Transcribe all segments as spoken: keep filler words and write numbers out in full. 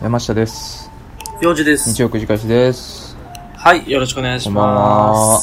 山下です。 ようじです。 日曜くじ開始です。 はい、よろしくお願いします。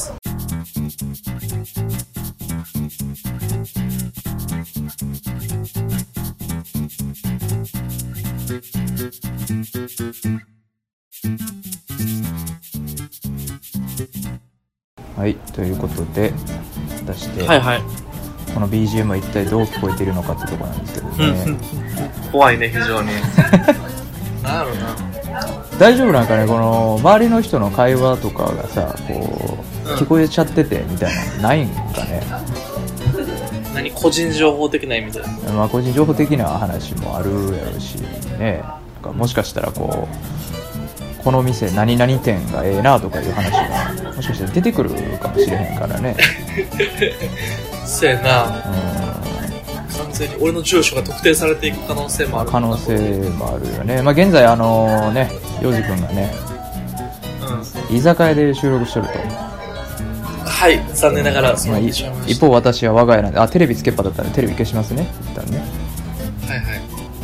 はい、ということで出して、 はいはい、 この ビージーエム は一体どう聞こえているのかってところなんですけどね怖いね、非常になんやろな、 大丈夫なんかね、この周りの人の会話とかがさ、こう、うん、聞こえちゃっててみたいなのないんかね。 何、個人情報的な意味で、 まあ個人情報的な話もあるやろうしね。なんかもしかしたらこう、この店何々店がええなとかいう話がもしかしたら出てくるかもしれへんからねそうやな、 うん、 完全に俺の住所が特定されていく可能性もある。 可能性もあるよね。まあ現在あのね、洋二くんがね、うん、居酒屋で収録しとると。 はい、残念ながらそうなってしまいました。 一方私は我が家なんで、あ、テレビつけっぱだったらテレビ消しますね、一旦ね。 はいはい、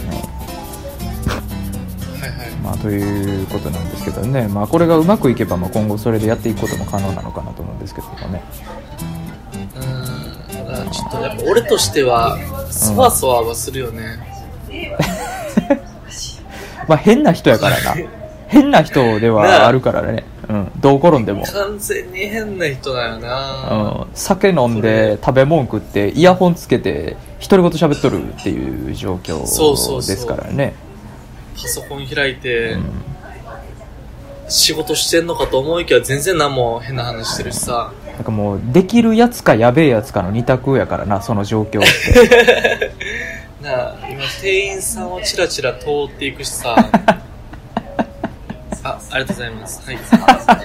まあ、ということなんですけどね、まあ、これがうまくいけば、まあ、今後それでやっていくことも可能なのかなと思うんですけどもね。 うーん、だからちょっとやっぱ俺としてはそわそわはするよね、 うん、まあ変な人やからな変な人ではあるからね、うん、どう転んでも完全に変な人だよな、 うん、酒飲んで食べ物食ってイヤホンつけて独り言喋っとるっていう状況ですからね。そうそうそう、 パソコン開いて、うん、仕事してんのかと思いきや全然何も変な話してるしさ、 なんかもうできるやつかやべえやつかの二択やからな、その状況ってなあ、今店員さんをチラチラ通っていくしさあ、ありがとうございます。はい、ありがとうござ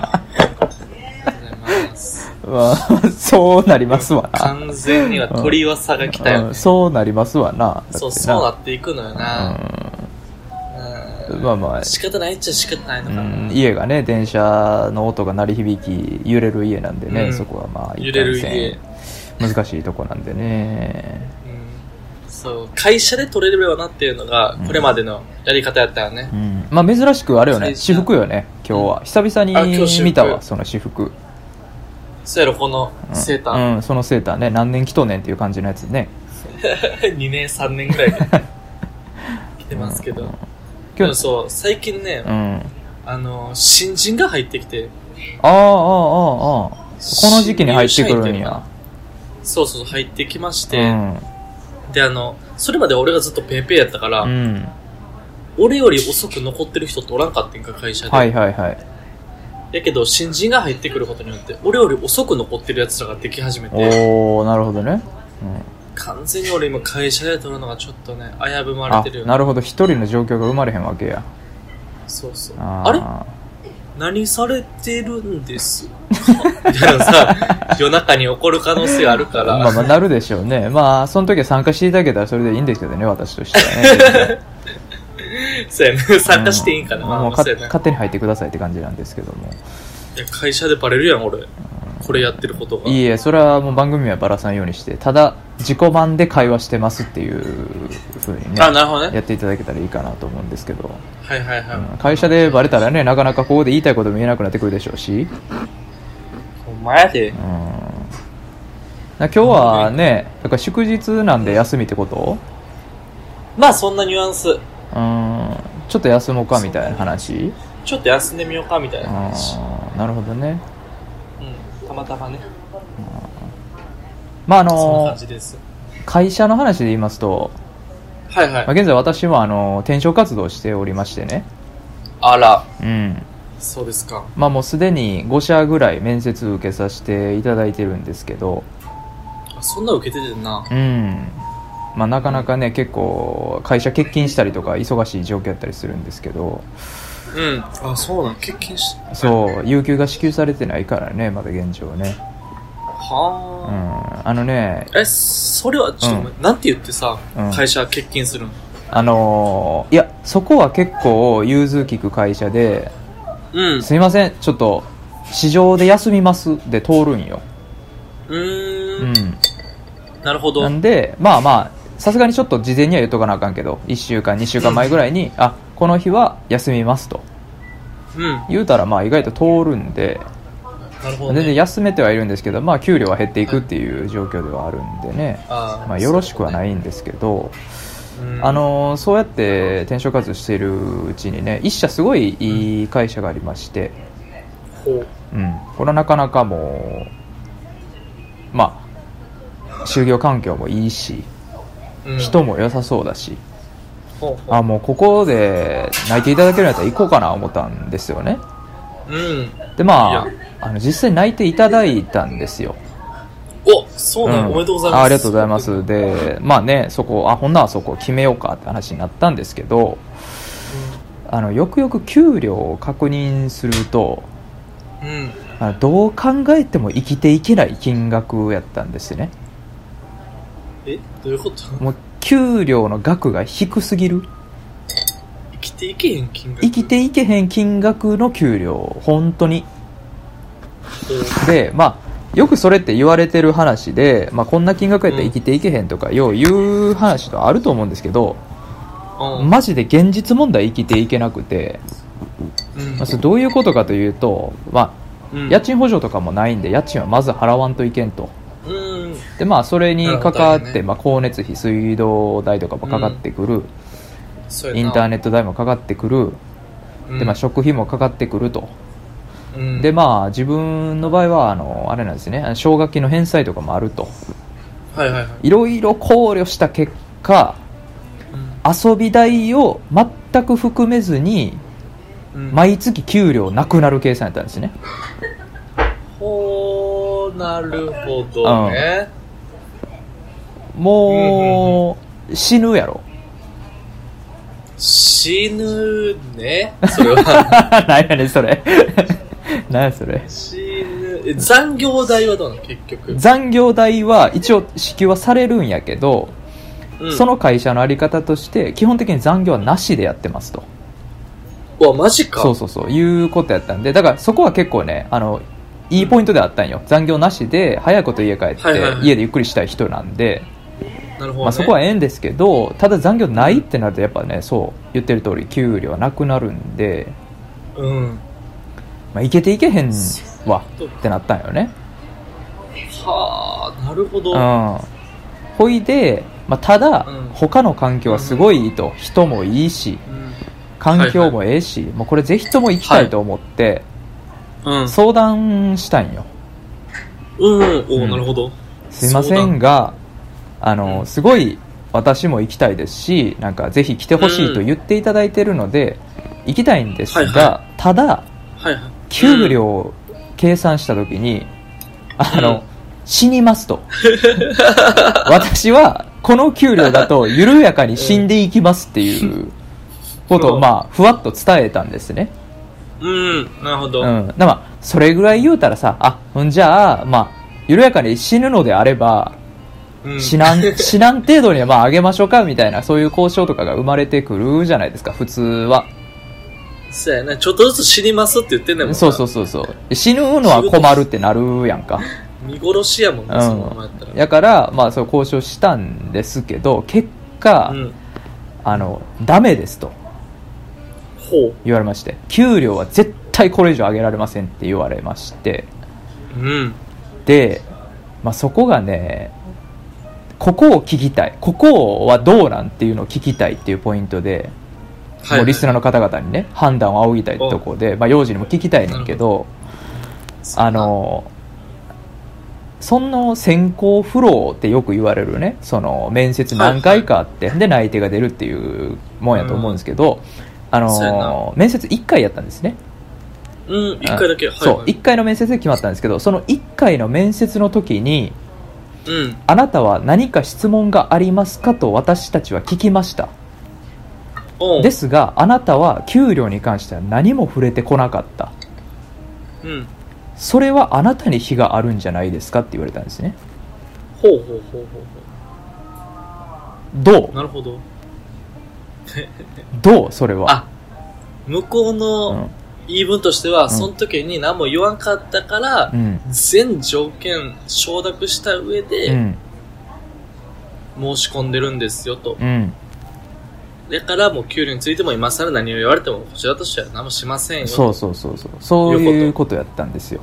います。 まあ、そうなりますわな。 完全には鳥噂が来たよね、うんうん、そうなりますわな。 そう、そうなっていくのよな、 うん、まあまあ仕方ないっちゃ仕方ないのかな、うん、 家がね、電車の音が鳴り響き揺れる家なんでね、うん、そこはまあ揺れる家難しいとこなんでね、 うん、そう、会社で取れればなっていうのがこれまでのやり方やったよね、 うんうん、まあ珍しくあれよね、私服よね今日は、うん、久々に見たわその私服。 そうやろ、このセーター、 うんうん、そのセーターね、何年着とんねんっていう感じのやつねにねんさんねんぐらいで着てますけど、うん、今日そう最近ね、うん、あの新人が入ってきて、 ああああああこの時期に入ってくるんや。 そうそう入ってきまして、うん、であのそれまで俺がずっとペーペーやったから、うん、俺より遅く残ってる人っておらんかってんか会社で。 はいはいはい。 やけど新人が入ってくることによって俺より遅く残ってるやつらができ始めて、 おー、なるほどね、うん、 完全に俺今会社で取るのがちょっとね危ぶまれてるよ、ね、 なるほど、一人の状況が生まれへんわけや。 そうそう、あ, あれ何されてるんですみたいなさ夜中に起こる可能性あるからまあまあなるでしょうね。まあその時は参加していただけたらそれでいいんですけどね、私としてはねそうやね、参加していいんかな、うん、まあ、 もうか、ね、勝手に入ってくださいって感じなんですけども。 いや会社でバレるやん俺、うん、これやってることが。 いいえ、それはもう番組はバラさんようにして、ただ自己満で会話してますっていう風にね、 あ、なるほどね、 やっていただけたらいいかなと思うんですけど、 はいはいはい、うん、 会社でバレたらね、なかなかここで言いたいことも言えなくなってくるでしょうし。 ほんまやで、うん、 今日はね、だから祝日なんで休みってこと？ まあそんなニュアンス、うん、 ちょっと休もうかみたいな話、 ちょっと休んでみようかみたいな話。 あ、なるほどね、 うん、たまたまね、 まああのそんな感じです。 会社の話で言いますと、 はいはい、 まあ、現在私はあの転職活動をしておりましてね。 あら、 うん、 そうですか。 まあもうすでにご社ぐらい面接受けさせていただいてるんですけど、 そんな受けててんな。 うん、まあなかなかね、結構会社欠勤したりとか忙しい状況やったりするんですけど、 うん、あ、そうなん、欠勤し、 そう、有給が支給されてないからね、まだ現状ね。 はあ、うん、あのね、 え、それはちょっと、うん、なんて言ってさ、うん、会社欠勤するの？ あのー、いや、そこは結構融通きく会社で、うん、すいません、ちょっと市場で休みますで通るんよ。 うーん、うん、なるほど。 なんで、まあまあさすがにちょっと事前には言っとかなあかんけど、いっしゅうかんにしゅうかんまえぐらいに、うん、あ、ここの日は休みますと、 うん、 言うたらまあ意外と通るんで、 なるほどね、 全然休めてはいるんですけど、まあ、給料は減っていくっていう状況ではあるんでね、 あ、 まあ、よろしくはないんですけど、 うん、 あのそうやって転職活動しているうちにね、一社すごいいい会社がありまして、 ほう、 うん、これはなかなかもう、まあ、就業環境もいいし、うん、人も良さそうだし、ほうほう、あ、もうここで内定いただけるんやったら行こうかな思ったんですよね。 うん、 でまあ、あの実際内定いただいたんですよ。 お、そうなの、うん、おめでとうございます。 あ, ありがとうございます。でまあね、そこあほんならそこ決めようかって話になったんですけど、うん、あのよくよく給料を確認すると、うん、あのどう考えても生きていけない金額やったんですね。 え、どういうこと？ もう給料の額が低すぎる。 生きていけへん金額、 生きていけへん金額の給料、本当に。でまあよくそれって言われてる話で、まあ、こんな金額やったら生きていけへんとかよう言う話とあると思うんですけど、うん、マジで現実問題生きていけなくて、うんまあ、それどういうことかというと、まあ、家賃補助とかもないんで家賃はまず払わんといけんと、うん、でまあそれにかかって、ね、まあ、光熱費水道代とかもかかってくる、うんインターネット代もかかってくる、うんでまあ、食費もかかってくると、うん、でまあ自分の場合はあのあれなんですね、奨学金の返済とかもあると、はいはいはい、いろいろ考慮した結果、うん、遊び代を全く含めずに、うん、毎月給料なくなる計算やったんですね。 ほー、なるほどね、 うん、もう、うん、死ぬやろ。 死ぬね、それは。 何やねんそれ。何やそれ。 死ぬ。残業代はどうなの結局。 残業代は一応支給はされるんやけど、うん、その会社のあり方として基本的に残業はなしでやってますと。 うわ、マジか。 そうそうそういうことやったんで、だからそこは結構ね、あのいいポイントであったんよ。残業なしで早いこと家帰って、はいはいはい、家でゆっくりしたい人なんで。なるほどね、まあ、そこはええんですけど、ただ残業ないってなるとやっぱね、そう言ってる通り給料はなくなるんで、うんまあ、いけていけへんわってなったんよね。 はあ、なるほど、 うん、ほいで、まあ、ただ、うん、他の環境はすごいいいと、うん、人もいいし、うん、環境もええし、はいはい、もうこれぜひとも行きたいと思って、はいうん、相談したんよ。 うん、お、なるほど。 すいませんがあの、うん、すごい私も行きたいですし、なんかぜひ来てほしいと言っていただいているので、うん、行きたいんですが、はいはい、ただ、はいはい、給料を計算したときに、あの、うん、死にますと。私はこの給料だと緩やかに死んでいきますっていうことを、まあ、ふわっと伝えたんですね。 うん、なるほど。 うん、だからそれぐらい言うたらさ、あ、ほんじゃあ、まあ、緩やかに死ぬのであれば、うん、死なん死なん程度にはまあ上げましょうかみたいな、そういう交渉とかが生まれてくるじゃないですか普通は。 そうやな、ちょっとずつ死にますって言ってんねんもんな。 そうそうそうそう、死ぬのは困るってなるやんか。 見殺しやもんね、うん、そのままやったら。 だからまあそう交渉したんですけど、結果、うん、あのダメですとほう言われまして、給料は絶対これ以上上げられませんって言われまして、うん、で、まあ、そこがね、ここを聞きたい、ここはどうなんっていうのを聞きたいっていうポイントで、はいはい、もうリスナーの方々にね判断を仰ぎたいところで、まあ、幼児にも聞きたいねんけど、あのその選考フローってよく言われるね、その面接何回かあって、はいはい、で内定が出るっていうもんやと思うんですけど、うん、あの面接いっかいやったんですね。 うん、いっかいだけ、はいはい、 そういっかいの面接で決まったんですけど、そのいっかいの面接の時に、うん、あなたは何か質問がありますかと私たちは聞きました。ですがあなたは給料に関しては何も触れてこなかった、うん、それはあなたに非があるんじゃないですかって言われたんですね。 ほうほうほうほうほう。 どう？ なるほど。 どう？それは。 あ、向こうの言い分としては、うん、その時に何も言わんかったから、うん、全条件承諾した上で、うん、申し込んでるんですよと、うん、 だからもう給料についても今更何を言われてもこちらとしては何もしませんよ。 そうそうそうそう。そういうことやったんですよ。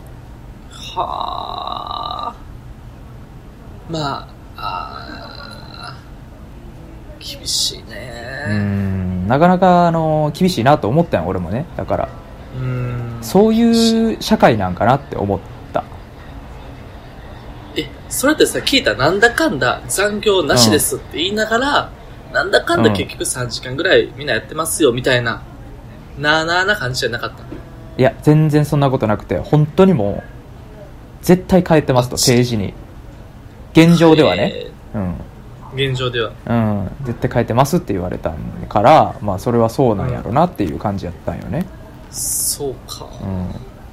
はあ。まあ、あ厳しいね。 うーん、なかなかあの厳しいなと思ったん俺もね。だからうーん、 そういう社会なんかなって思った。 え、それってさ、聞いたなんだかんだ残業なしですって言いながら、うん、なんだかんだ結局さんじかんぐらいみんなやってますよみたいな、なあなあな感じじゃなかった？ いや全然そんなことなくて、本当にもう絶対帰ってますと、定時に。現状ではね、うん、 現状では、 うん、絶対帰ってますって言われたから、まあそれはそうなんやろなっていう感じやったんよね。 うん、そうか、 うん、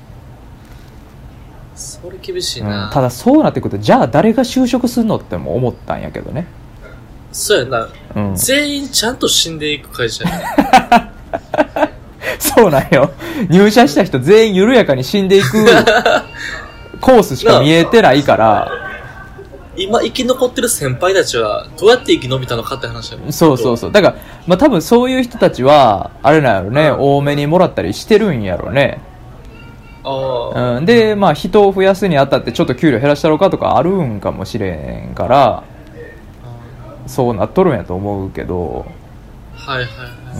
それ厳しいな、 うん、ただそうなってくると、じゃあ誰が就職するのっても思ったんやけどね。 そうやな、うん、全員ちゃんと死んでいく会社やそうなんよ。入社した人全員緩やかに死んでいくコースしか見えてないから今生き残ってる先輩たちはどうやって生き延びたのかって話だよね。 そうそうそう。だから、まあ、多分そういう人たちはあれなんやろね、うん、多めにもらったりしてるんやろね。あ、うん、で、まあ人を増やすにあたってちょっと給料減らしたろうかとかあるんかもしれんから、そうなっとるんやと思うけど、 はいはいはい、 うん、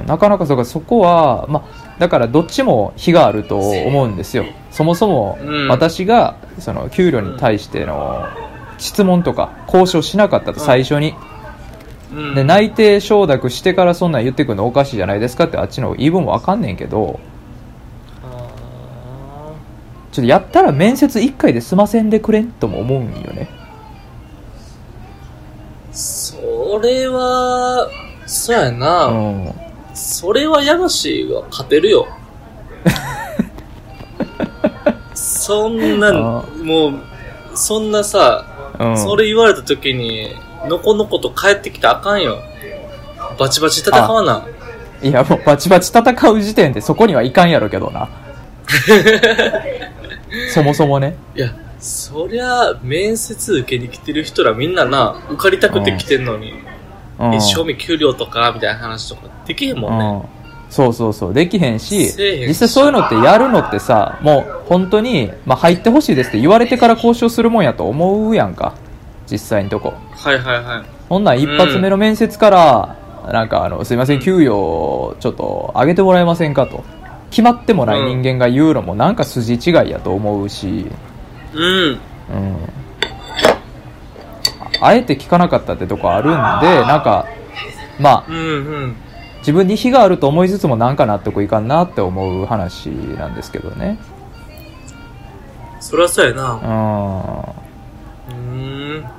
なかなかそこ、そこは、まあ、だからどっちも非があると思うんですよ。そもそも私がその給料に対しての質問とか交渉しなかったと、最初に、うん、で内定承諾してからそんなん言ってくるのおかしいじゃないですかって、あっちの言い分もわかんねんけど、ちょっとやったら面接いっかいで済ませんでくれんとも思うんよね。 それはそうやな、うん、それはヤマシーが勝てるよそんなもうそんなさ、うん、それ言われた時にのこのこと帰ってきたらあかんよ。バチバチ戦わな。 いやもうバチバチ戦う時点でそこにはいかんやろけどなそもそもね。 いやそりゃ面接受けに来てる人らみんなな、受かりたくて来てんのに、うん、賞味給料とかみたいな話とかできへんもんね、うん、 そうそうそう、できへんし、実際そういうのってやるのってさ、もう本当に、まあ、入ってほしいですって言われてから交渉するもんやと思うやんか、実際のとこ。 はいはいはい。 ほんなん一発目の面接から、うん、なんかあのすいません給与ちょっと上げてもらえませんかと決まってもない人間が言うのもなんか筋違いやと思うし、うん、うん、あえて聞かなかったってとこあるんで、なんかまあ、うんうん、自分に非があると思いつつもなんか納得いかんなって思う話なんですけどね。 そりゃそうやな。 うん。 うーん。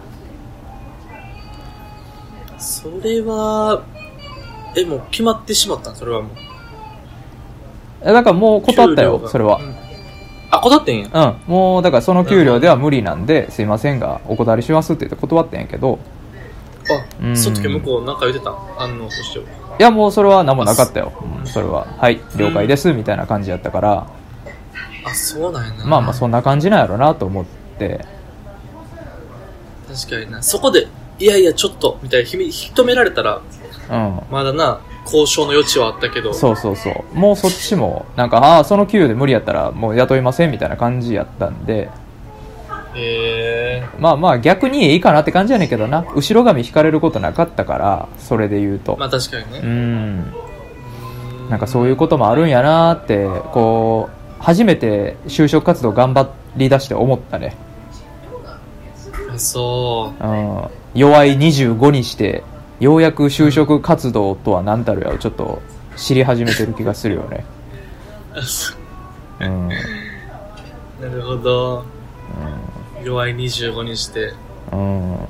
それはえもう決まってしまったん？それはもう。 えだからもう断ったよそれは。うん、 あ、断ってんや。 うん、もうだからその給料では無理なんで、すいませんがお断りしますって言って断ってんやけど、 あ、うん、その時向こうなんか言ってた反応としては。いやもうそれは何もなかったよ、うん、それははい了解ですみたいな感じやったから、 あ、そうなんやな。 まあまあそんな感じなんやろなと思って。 確かにな、そこでいやいやちょっとみたいな引き止められたら、うん、まだな交渉の余地はあったけど、 そうそうそう、もうそっちもなんかああその給与で無理やったらもう雇いませんみたいな感じやったんで、 へえ。 まあまあ逆にいいかなって感じやねんけどな、後ろ髪引かれることなかったから、それで言うとまあ確かにね、 うん、なんかそういうこともあるんやなってこう初めて就職活動頑張り出して思ったね。 そう、 うん、弱いにじゅうごにしてようやく就職活動とは何たるやをちょっと知り始めてる気がするよね。うん、 なるほど、うん、弱いにじゅうごにして、うん、ま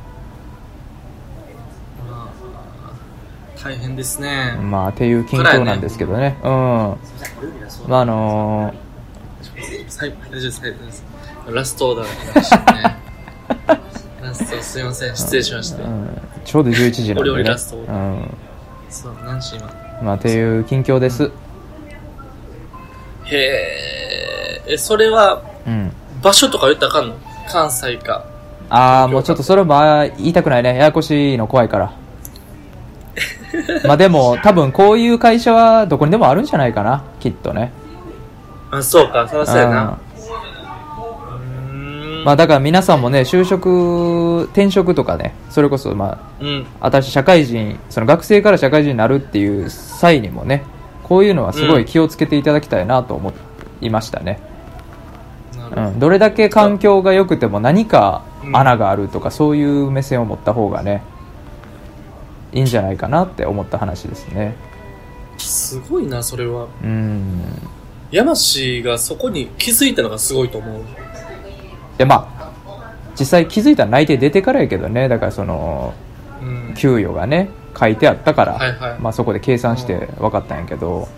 あ、大変ですね。 まあっていう近況なんですけどね、ね、うん、まああのー、大丈夫です、ラストオーダーの話ねラストすいません失礼しました、うん、 ちょうどじゅういちじなんでね、お料理ラスト、うん、そう何時今、 まあっていう近況です、うん、 へえ。それは、うん、場所とか言ったらあかんの？関西か。 ああもうちょっとそれも言いたくないね、ややこしいの怖いからまあでも多分こういう会社はどこにでもあるんじゃないかな、きっとね。 あ、そうか、そりゃそうやな。 まあだから皆さんもね、就職転職とかね、それこそまあ、うん、新しい社会人、その学生から社会人になるっていう際にもね、こういうのはすごい気をつけていただきたいなと思いましたね。うん、どれだけ環境が良くても何か穴があるとか、そういう目線を持った方がね、いいんじゃないかなって思った話ですね。 すごいな、それは。 うん。 山氏がそこに気づいたのがすごいと思う。 でまあ実際気づいたら内定出てからやけどね。だからその、うん、給与がね書いてあったから、はいはい、まあ、そこで計算して分かったんやけど、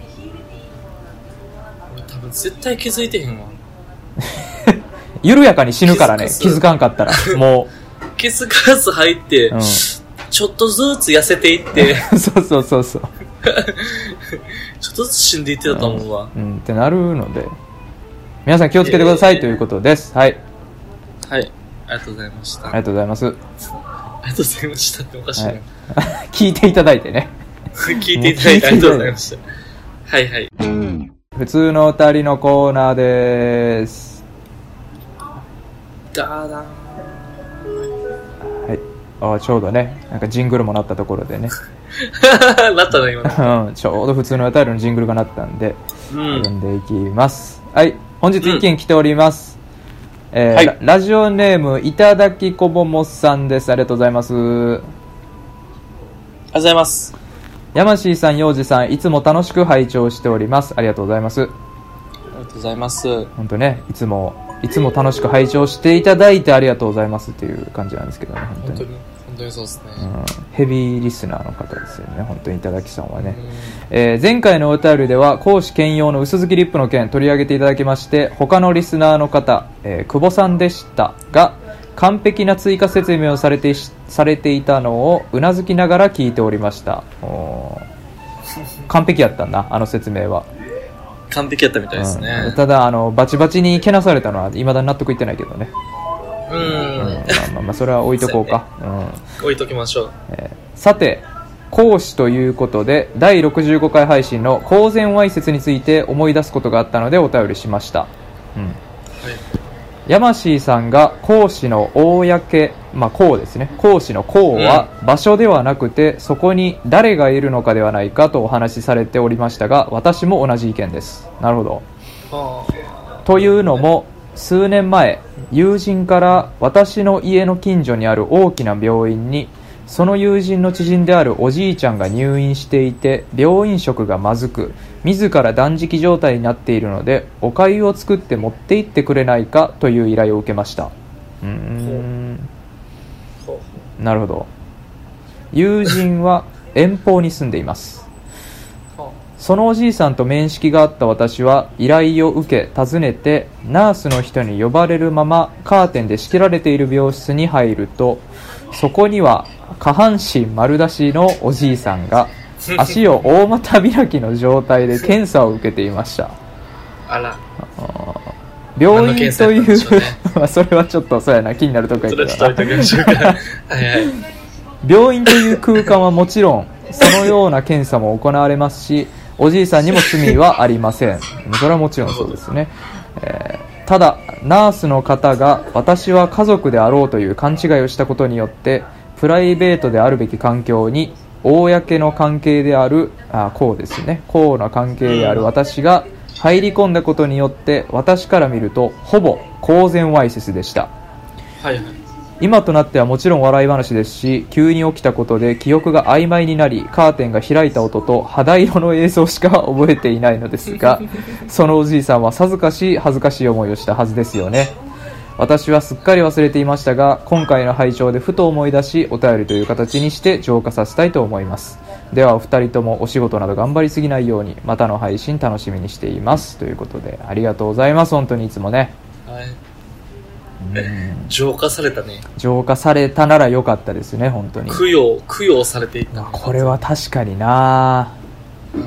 俺多分絶対気づいてへんわ。 緩やかに死ぬからね、気づかんかったらもう気づかず入って、うん、ちょっとずつ痩せていってそうそうそうそうちょっとずつ死んでいってたと思うわ、 うん、うん、ってなるので皆さん気をつけてください、えー、ということです。はいはい、ありがとうございました。 ありがとうございます。 ありがとうございましたっておかしいな、はい、 聞いていただいてね聞いていただいてありがとうございました。はいはい、 普通のおたりのコーナーです。 ダーダーン。 はい、あちょうどね、なんかジングルも鳴ったところでねなったね今うん、ちょうど普通のおたりのジングルが鳴ったんで、うん、読んでいきます。はい、本日意見来ております、うんえーはい、ラ, ラジオネームいただきこぼもさんです。ありがとうございます。ありがとうございます。 山椎さん、陽次さん、いつも楽しく拝聴しております。ありがとうございます。ありがとうございます。 本当ね、いつもいつも楽しく拝聴していただいてありがとうございますっていう感じなんですけどね。 本当に本当にそうですね、 うん、ヘビーリスナーの方ですよね、本当にいただきさんはね、えー、前回のお便りでは公私兼用の薄付きリップの件取り上げていただきまして、他のリスナーの方、えー、久保さんでしたが完璧な追加説明をされてされていたのをうなずきながら聞いておりました。お完璧やったんだ、あの説明は。 完璧やったみたいですね、 うん、ただあのバチバチにけなされたのは未だに納得いってないけどね。 うん、うん、まあまあまあそれは置いとこうか、うね、 うん、置いときましょう、 えー、さて講師ということでだいろくじゅうごかい配信の公然わいせつについて思い出すことがあったのでお便りしました、うんはい、山椎さんが講師の公、まあ公ですね、講師の公は場所ではなくて、うん、そこに誰がいるのかではないかとお話しされておりましたが私も同じ意見です。なるほど。というのも数年前友人から私の家の近所にある大きな病院にその友人の知人であるおじいちゃんが入院していて病院食がまずく自ら断食状態になっているのでお粥を作って持って行ってくれないかという依頼を受けました。うーんなるほど。友人は遠方に住んでいます。そのおじいさんと面識があった私は依頼を受け訪ねてナースの人に呼ばれるままカーテンで仕切られている病室に入るとそこには下半身丸出しのおじいさんが足を大股開きの状態で検査を受けていました。 あら病院というまあそれはちょっとそうやな気になるとこやけどなはいはい、 病院という空間はもちろんそのような検査も行われますしおじいさんにも罪はありません。それはもちろんそうですね、えー、ただナースの方が私は家族であろうという勘違いをしたことによってプライベートであるべき環境に公の関係であるあこうですね公の関係である私が入り込んだことによって私から見るとほぼ公然わいせつでした。 はいはい。 今となってはもちろん笑い話ですし急に起きたことで記憶が曖昧になりカーテンが開いた音と肌色の映像しか覚えていないのですがそのおじいさんはさぞかし恥ずかしい思いをしたはずですよね。私はすっかり忘れていましたが今回の拝聴でふと思い出しお便りという形にして浄化させたいと思います。ではお二人ともお仕事など頑張りすぎないようにまたの配信楽しみにしていますということでありがとうございます。本当にいつもね、 はい、浄化されたね。 浄化されたなら良かったですね。本当に供養供養されていた。 これは確かにな。 ほん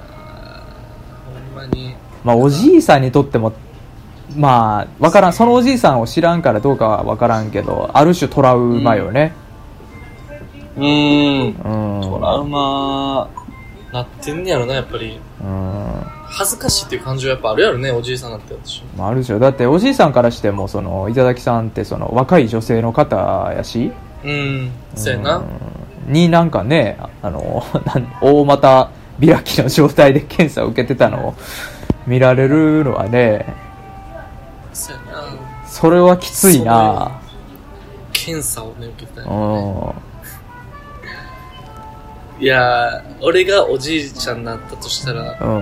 まにまあおじいさんにとってもまあわからん、そのおじいさんを知らんからどうかはわからんけどある種トラウマよね、 うーん。 うん。 トラウマ、なってんねやろな、やっぱり。 うん。 恥ずかしいっていう感情やっぱあるやろね、おじいさんなんて私。 まあ、あるでしょ。だっておじいさんからしても、その、頂さんってその、若い女性の方やし、 うん、そうやな。 になんかね、あの、大股開きの状態で検査を受けてたのを見られるのはね、 そうやな。 それはきついな。 検査をね、受けたよ、 ね。 いやー、俺がおじいちゃんになったとしたら、 うん。うん。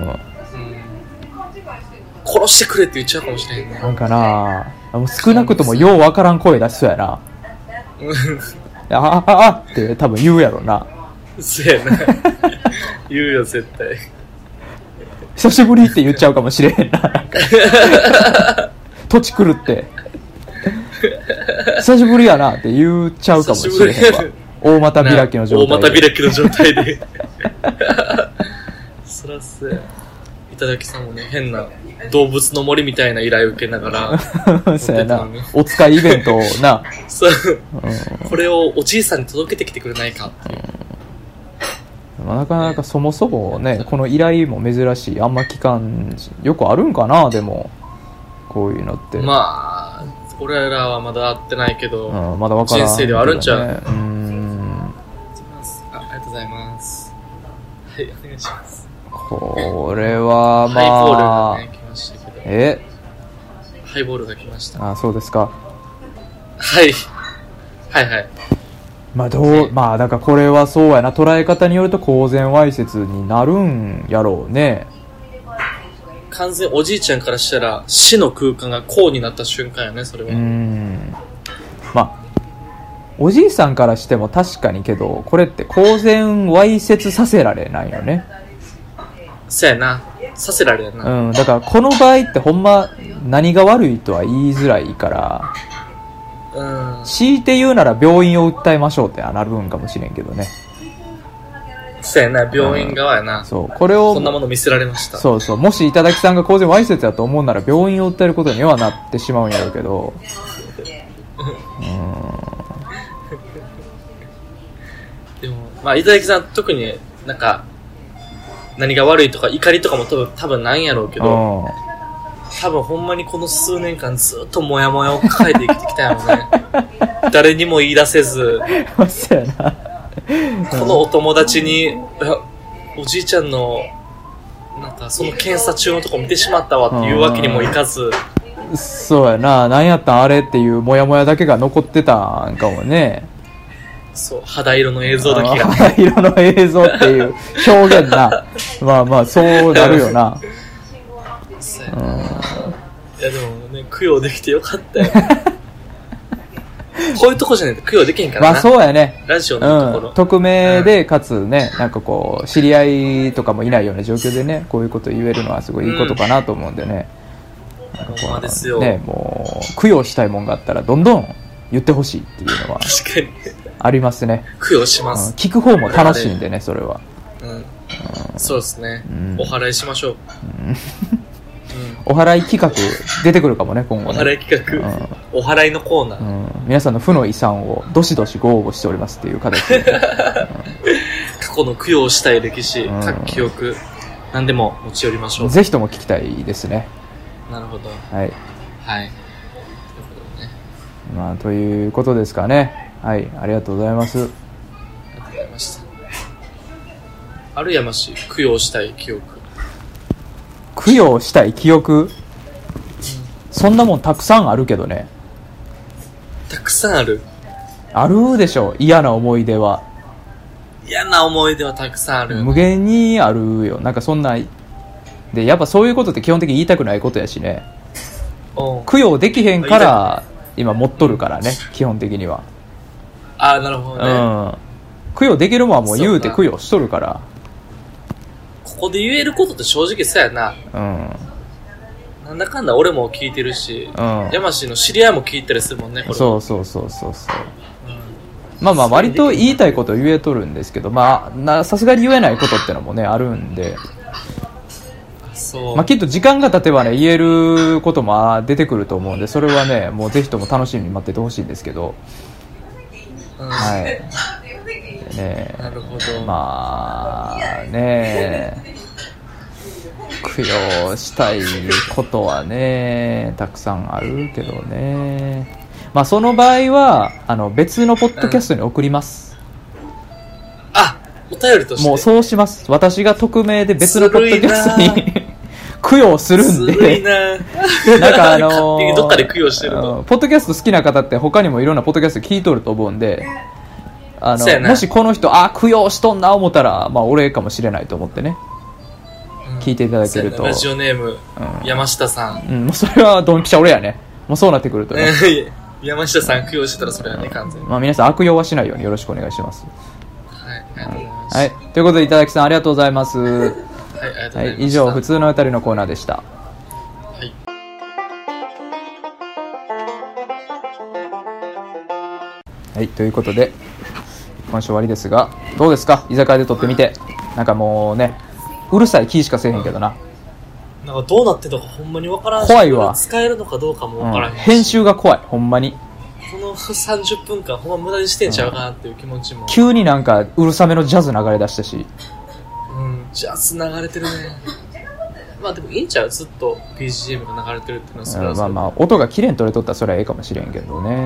殺してくれって言っちゃうかもしれへんね。 なんかな、もう少なくともようわからん声出しそうやな。ああああって多分言うやろな。 そうやな。言うよ絶対。 久しぶりって言っちゃうかもしれへんな。なんか土地狂って久しぶりやなって言っちゃうかもしれへんわ。大股開きの状態で。 大股開きの状態で。そらそうや。頂さんもね、変な動物の森みたいな依頼を受けながらそうやな、お使いイベントをなそう、うん、これをおじいさんに届けてきてくれないかっていう、 うん、まあ、なかなかそもそもねこの依頼も珍しい、あんま聞かんし、よくあるんかな。でもこういうのってまあ俺らはまだ会ってないけど、 うん、まだ分からん、 人生ではあるんちゃう。うーん、 あ、ありがとうございます。はい、お願いします。 これはまあハイボールがね来ましたけど、 えハイボールが来ました。 あ、そうですか。 はいはいはい。 まあどう、まあだからこれはそうやな、捉え方によると公然わいせつになるんやろうね。 完全おじいちゃんからしたら死の空間がこうになった瞬間やね、それは。 うーん、まあおじいさんからしても確かにけど、これって公然わいせつさせられないよね。 そうやな、させられるな。 うん、だからこの場合ってほんま何が悪いとは言いづらいから、 うん、 強いて言うなら病院を訴えましょうってなるんかもしれんけどね。 そうやな、病院側やな、うん、 そう、これをこんなもの見せられました。 そうそう、もし頂さんが公然わいせつだと思うなら病院を訴えることにはなってしまうんやろうけど、うんでもまあ頂さん特になんか何が悪いとか怒りとかも多分多分ないんやろうけど、多分ほんまにこの数年間ずっとモヤモヤを抱えて生きてきたよね。誰にも言い出せず、 そうやな、 このお友達におじいちゃんのなんかその検査中のとこ見てしまったわっていうわけにもいかず、 そうやな、何やったんあれっていうモヤモヤだけが残ってたんかもね。 そう、肌色の映像だけが肌色の映像っていう表現な。まあまあそうなるよな。 そうやな、うん、いやでもね、供養できてよかったよ。こういうとこじゃないと供養できへんからな。 まあそうやね、 ラジオのところ、 うん、匿名でかつね、なんかこう知り合いとかもいないような状況でね、こういうこと言えるのはすごいいいことかなと思うんでね、うん、なんかこうほんまですよね、もう供養したいもんがあったらどんどん言ってほしいっていうのは確かにありますね。 供養します、 うん、聞く方も楽しいんでね、それは、 うんうん、そうですね、うん、お祓いしましょう、うん、 お祓い企画出てくるかもね、今後ね。 お祓い企画、うん、お祓いのコーナー、うん、 皆さんの負の遺産をどしどしご応募しておりますっていう形で、うん、 過去の供養したい歴史、うん、各記憶何でも持ち寄りましょう。 ぜひとも聞きたいですね。 なるほど、 はいはい、 まあ、ということですかね。はい、ありがとうございます。 ありがとうございました。あるやまし供養したい記憶、 供養したい記憶、うん、そんなもんたくさんあるけどね。 たくさんあるあるでしょ、嫌な思い出は。 嫌な思い出はたくさんある、ね、 無限にあるよ。なんかそんなで、やっぱそういうことって基本的に言いたくないことやしね。供養できへんから今持っとるからね、基本的には。 ああ、なるほどね、うん、 供養できるもんはもう言うて供養しとるから。 ここで言えることって正直そうやな、うん、なんだかんだ俺も聞いてるし、うん、山氏の知り合いも聞いたりするもんね、これ。そうそうそうそうそう、うん、まあまあ割と言いたいこと言えとるんですけど、まあさすがに言えないことってのもねあるんで、そう、まあ、きっと時間が経てばね言えることも出てくると思うんで、それはねもうぜひとも楽しみに待っててほしいんですけど、うん、はい、えね。 なるほど。 まあね、供養したいことはねたくさんあるけどね。まあその場合はあの別のポッドキャストに送ります、 うん、あ、お便りとしてもうそうします。私が匿名で別のポッドキャストに供養するんで。 ずるいななんかあのー、 勝手にどっかで供養してるの。 ポッドキャスト好きな方って他にもいろんなポッドキャスト聞いとると思うんで、あのもしこの人あ供養しとんな思ったら、まあ俺かもしれないと思ってね、うん、聞いていただけると。 ラジオネーム、うん、山下さん、 うん、もうそれはドンピシャ俺やね。もうそうなってくるとね山下さん供養してたらそれはね、完全に、 まあ、皆さん悪用はしないようによろしくお願いします。 はい、ありがとうございます。 はい、ということでいただきさんありがとうございます。はい、 ありがとうございました。はい、 以上普通のあたりのコーナーでした。はい、はい、ということで今週終わりですが、どうですか居酒屋で撮ってみて。なんかもうねうるさい気しかせえへんけどな。 なんかどうなってるのかほんまに分からんし、 怖いわ。 使えるのかどうかも分からへんし、 うん、編集が怖いほんまに。 このさんじゅっぷんかんほんま無駄にしてんちゃうかなっていう気持ちも、うん、 急になんかうるさめのジャズ流れ出したし、 うん、ジャズ流れてるねまあでもいいんちゃう、ずっと ビージーエム が流れてるっていうのはそれはそれ、 うん、まあまあ音が綺麗に取れとったらそれはええかもしれんけどね。うん、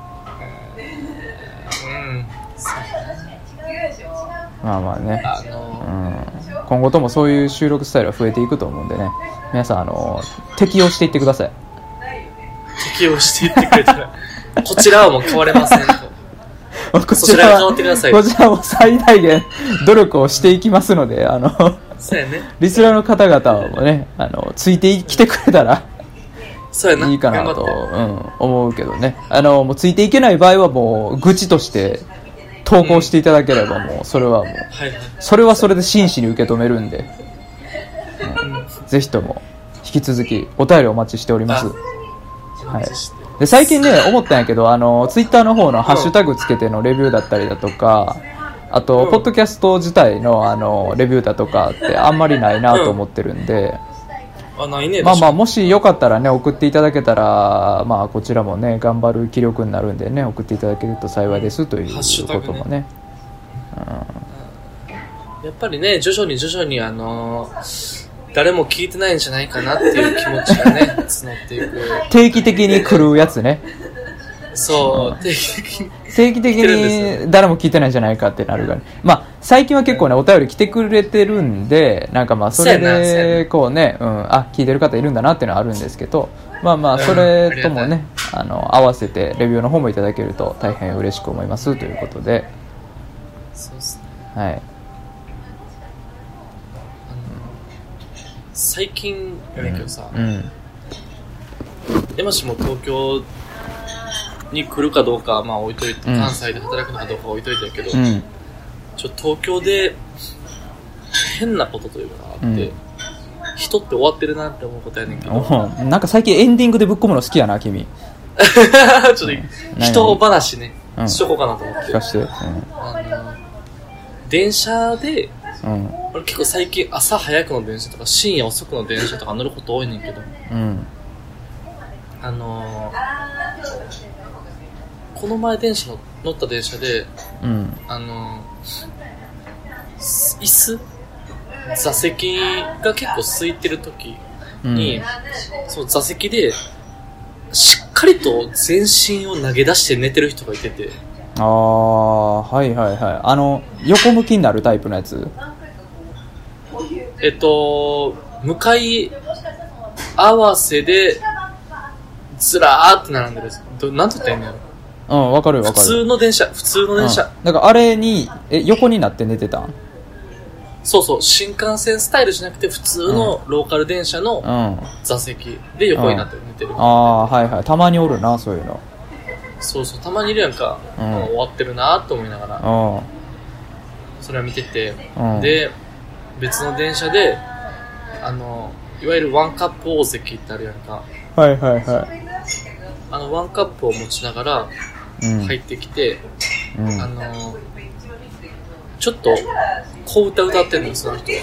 まあまあね、あのーうん、今後ともそういう収録スタイルは増えていくと思うんでね、皆さんあのー、適応していってください。 適応していってくれたらこちらはもう変われませんとこちらは変わってください。 こちらも最大限努力をしていきますので、あのそうやね、 リスナーの方々もね、あのついてきてくれたらそうやないいかなと、うん、思うけどね。あのもうついていけない場合はもう愚痴として投稿していただければ、もうそれはもう、はいはい、それはそれで真摯に受け止めるんで、うん、ぜひとも引き続きお便りお待ちしております。はい、で最近ね思ったんやけど、あのツイッターの方のハッシュタグつけてのレビューだったりだとか、あと、うん、ポッドキャスト自体のあのレビューだとかってあんまりないなと思ってるんで、 うん、あないね、 まあまあもしよかったらね送っていただけたら、まあこちらもね頑張る気力になるんでね、送っていただけると幸いですということも ね, ね、 うん、やっぱりね徐々に徐々にあのー誰も聞いてないんじゃないかなっていう気持ちがね募っていく。 定期的に来るやつね。 そう、 うん、定期的に定期的に誰も聞いてないんじゃないかってなるから、ね、まあ最近は結構ねお便り来てくれてるんで、なんかまあそれでこうね、うん、あ聞いてる方いるんだなっていうのはあるんですけど、まあまあそれともね、うん、あの合わせてレビューの方もいただけると大変嬉しく思いますということで、 そうですね、はい。 最近やねんけどさ、 うん、 山氏も東京に来るかどうかはまあ置いといて、うん、関西で働くのかどうかは置いといてやけど、うん、ちょ東京で変なことというかあって、うん、人って終わってるなって思うことやねんけど、 なんか最近エンディングでぶっ込むの好きやな君。 ちょっと人話ね、うん、しとこうかなと思って。 聞かして、うん、 あの電車でうん、俺結構最近朝早くの電車とか深夜遅くの電車とか乗ること多いねんけど、うん、あのー、この前電車の乗った電車で、うん、あのー、椅子座席が結構空いてる時に、うん、その座席でしっかりと全身を投げ出して寝てる人がいてて、 ああ、はいはいはい。あの横向きになるタイプのやつ。 えっと向かい合わせでずらーって並んでる。どなんて言ったらいいんだろう。 うん、わかるわかる。 普通の電車、普通の電車。 うん、だからあれにえ横になって寝てたん？ そうそう、新幹線スタイルじゃなくて普通のローカル電車の座席で横になって寝てる。うんうん、ああ、はいはい。たまにおるなそういうの。 そうそう、たまにいるやんか、うん、終わってるなと思いながら、うん、それは見てて、うん、で別の電車であのいわゆるワンカップ大関ってあるやんか、 はいはいはい、 あのワンカップを持ちながら入ってきて、うん、あのちょっと小歌歌ってんのよその人。ん？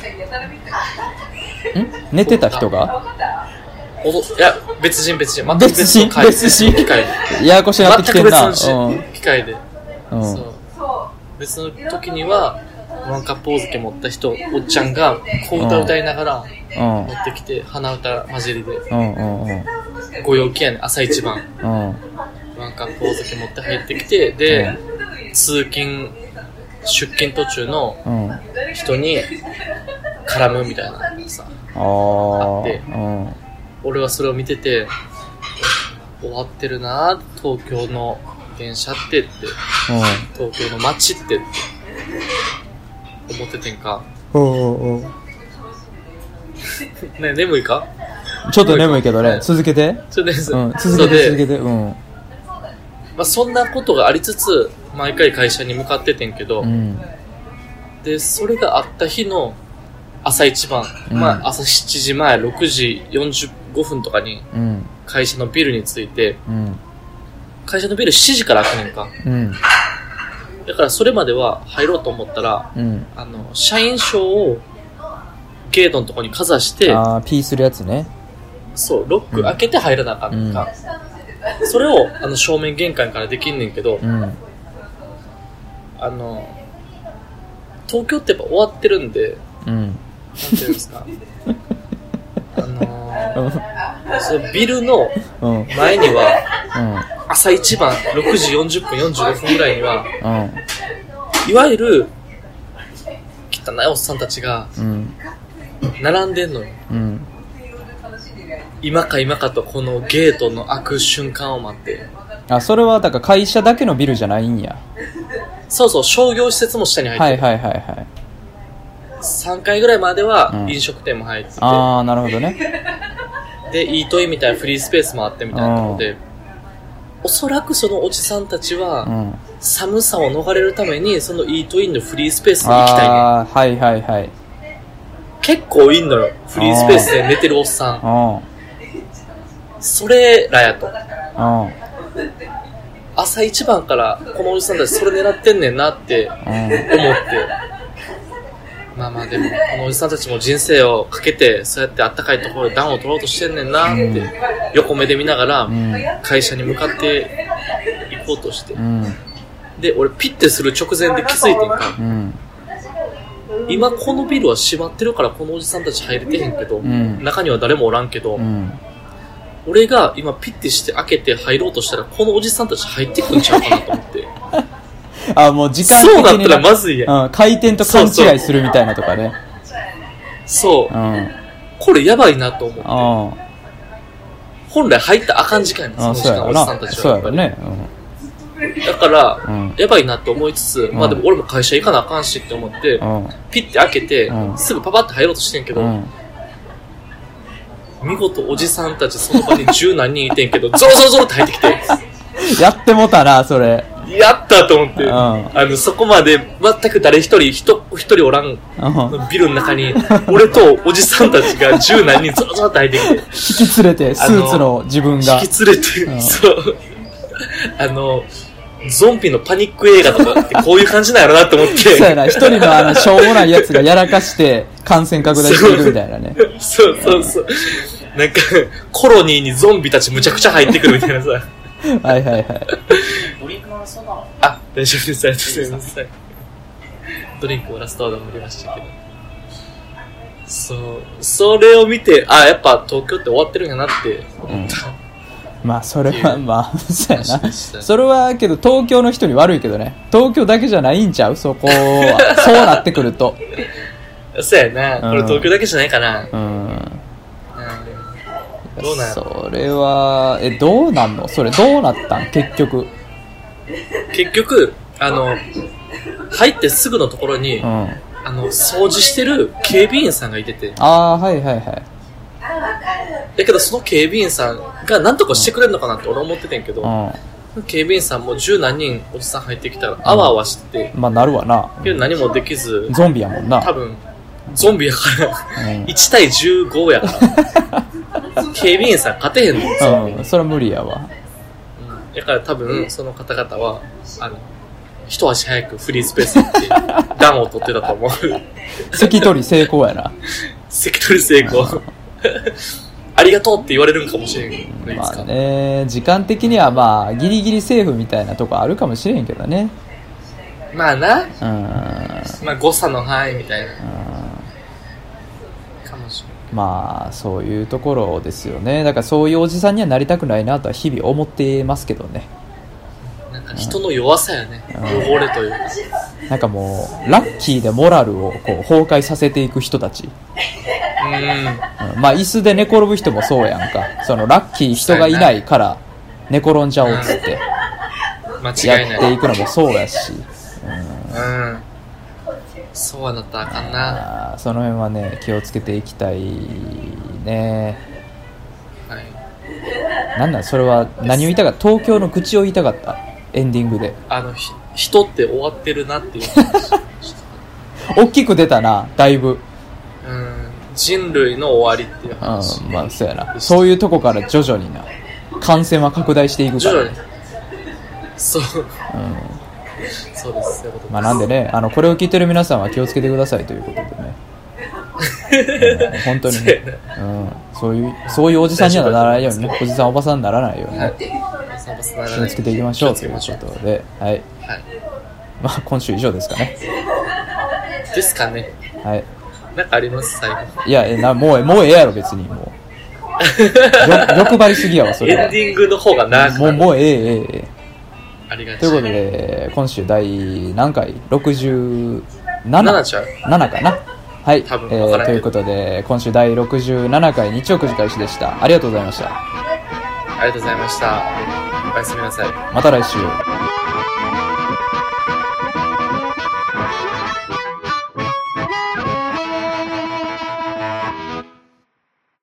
寝てた人が？ いや別人別人全く別の別人機械でややこしなってきてんな。 全く別の機械で、うん、そう別の時にはワンカップ大酒持った人、おっちゃんが小歌歌いながら持ってきて、鼻歌混じりで、 うんうんうん、 ご陽気やね、朝一番、 うん、 ワンカップ大酒持って入ってきて、で、うん、通勤出勤途中の人に絡むみたいなのさ、うん、あって、うん、俺はそれを見てて、終わってるな東京の電車ってって、うん、東京の街ってって思っててんか。おうおうね、眠いか？ ちょっと眠いけどね、続けて。ちょっとです、うん、続けて続けて、うん。 まあ、そんなことがありつつ毎回会社に向かっててんけど、うん、でそれがあった日の朝一番、うん、まあ朝しちじまえろくじよんじゅうごふんとかに会社のビルに着いて、うん、会社のビルしちじから開くねんか、うん、だからそれまでは入ろうと思ったら、うん、あの社員証をゲートのとこにかざして、 あーピーするやつね。 そうロック開けて入らなあかんねんか、うん、それをあの正面玄関からできんねんけど、うん、あの東京ってやっぱ終わってるんで、うん、なんていうんですかあのー、そのビルの前には、うん、朝一番ろくじよんじゅっぷんよんじゅうごふんぐらいには、うん、いわゆる汚いおっさんたちが並んでんのよ、うん、今か今かとこのゲートの開く瞬間を待って。 あ、それはだから会社だけのビルじゃないんや。 そうそう、商業施設も下に入ってる。 はいはいはいはい。 さんかいぐらいまでは飲食店も入ってて、うん、 ああなるほどね。 でイートインみたいなフリースペースもあってみたいなので、おそらくそのおじさんたちは、うん、寒さを逃れるためにそのイートインのフリースペースに行きたいね。ああはいはいはい。 結構いいのよ、フリースペースで寝てるおっさん。それらやと。朝一番からこのおじさんたちそれ狙ってんねんなって思って、まあまあでもこのおじさんたちも人生をかけてそうやってあったかいところで暖を取ろうとしてんねんなって横目で見ながら会社に向かって行こうとして、で俺ピッてする直前で気づいてんか、今このビルは閉まってるからこのおじさんたち入れてへんけど、中には誰もおらんけど、俺が今ピッてして開けて入ろうとしたらこのおじさんたち入ってくんちゃうかなと思ってあ、もう時間的にそうだったらまずいや、 うん、回転と勘違いするみたいなとかね。 そう、うん、これやばいなと思って、うん、本来入ったらあかん時間やねん、その時間おじさんたちはやっぱり、ね、うん、だから、うん、やばいなって思いつつ、うん、まあでも俺も会社行かなあかんしって思って、うん、ピッて開けて、うん、すぐパパって入ろうとしてんけど、うん、見事おじさんたちその場に十何人いてんけどゾロゾロゾロって入ってきてやってもたなそれ。 やったと思って、うん、あのそこまで全く誰一人人一人おらんビルの中に俺とおじさんたちが十何人ゾロゾロって入ってきて引き連れてスーツの自分が引き連れて、うん、そうあのゾンビのパニック映画とかってこういう感じなんやろなと思ってそうやな、一人のあのしょうもないやつがやらかして感染拡大していくみたいなねそうそうそうなんかコロニーにゾンビたちむちゃくちゃ入ってくるみたいなさはいはいはいドリンクのラストだ。あ、大丈夫です。ありがとうございます。ドリンクをラストオーダーもりましたけど。そう、それを見て、あ、やっぱ東京って終わってるんやなって思った。 うん、まあそれはまあそうやな。それはけど東京の人に悪いけどね。東京だけじゃないんちゃう？そこはそうなってくると。 そうやな。これ東京だけじゃないかな。うん。どうなんやろ。 それはえどうなんの？それどうなったん結局。 結局あの入ってすぐのところに、うん、あの掃除してる警備員さんがいてて、 ああはいはいはい。 だけどその警備員さんが何とかしてくれるのかなって俺思っててんけど、うん、警備員さんも十何人おじさん入ってきたらあわあわしてて、 うん、まあなるわな。 けど何もできずゾンビやもんな。 多分ゾンビやから、うん、いち対じゅうごやから警備員さん勝てへんの、 うん、それは無理やわ。 だから多分その方々はあの一足早くフリースペースに行って暖を取ってたと思う関取成功やな関取成功ありがとうって言われるんかもしれんないですか。 まあね、時間的にはまあギリギリセーフみたいなとこあるかもしれんけどね。 うまあな。 うん。 まあ誤差の範囲みたいな。かもしれない。 まあそういうところですよね。だからそういうおじさんにはなりたくないなとは日々思ってますけどね。 なんか人の弱さやね、汚れというか。 なんかもうラッキーでモラルをこう崩壊させていく人たち。 うん、 うん、まあ椅子で寝転ぶ人もそうやんか。そのラッキー人がいないから寝転んじゃおうっつってやっていくのもそうやし、 うん、うん、そうはなったらあかんな。 あ、その辺はね気をつけていきたいね。 はい。 なんなんそれは何を言いたかった？東京の愚痴を言いたかった？エンディングであのひ人って終わってるなっていう話大きく出たな、だいぶ。 うん、人類の終わりっていう話。 うん、まあそうやな。そういうとこから徐々にな感染は拡大していくから、ね、 徐々にそう、うん、そうです。そういうことです。 まあなんでね、あのこれを聞いてる皆さんは気をつけてくださいということでね、うん、本当にね、うん、そういうそういうおじさんにはならないようにね、おじさんおばさんにならないようにね、気をつけていきましょうということで、はい、はい、まあ今週以上ですかね。 ですかね。 はい。 なんかあります最後？ いや、えなもうもうええやろ別にもう。欲張りすぎやわそれは。 エンディングの方が長くもうもうええええええ。 ありがということで今週第何回？ろくじゅうなな? ななちゃう？ ななかな。はい、 多分えー、ということで今週第ろくじゅうななかい日曜くじ開始でした。ありがとうございました。 ありがとうございました。おやすみなさい。 また来週。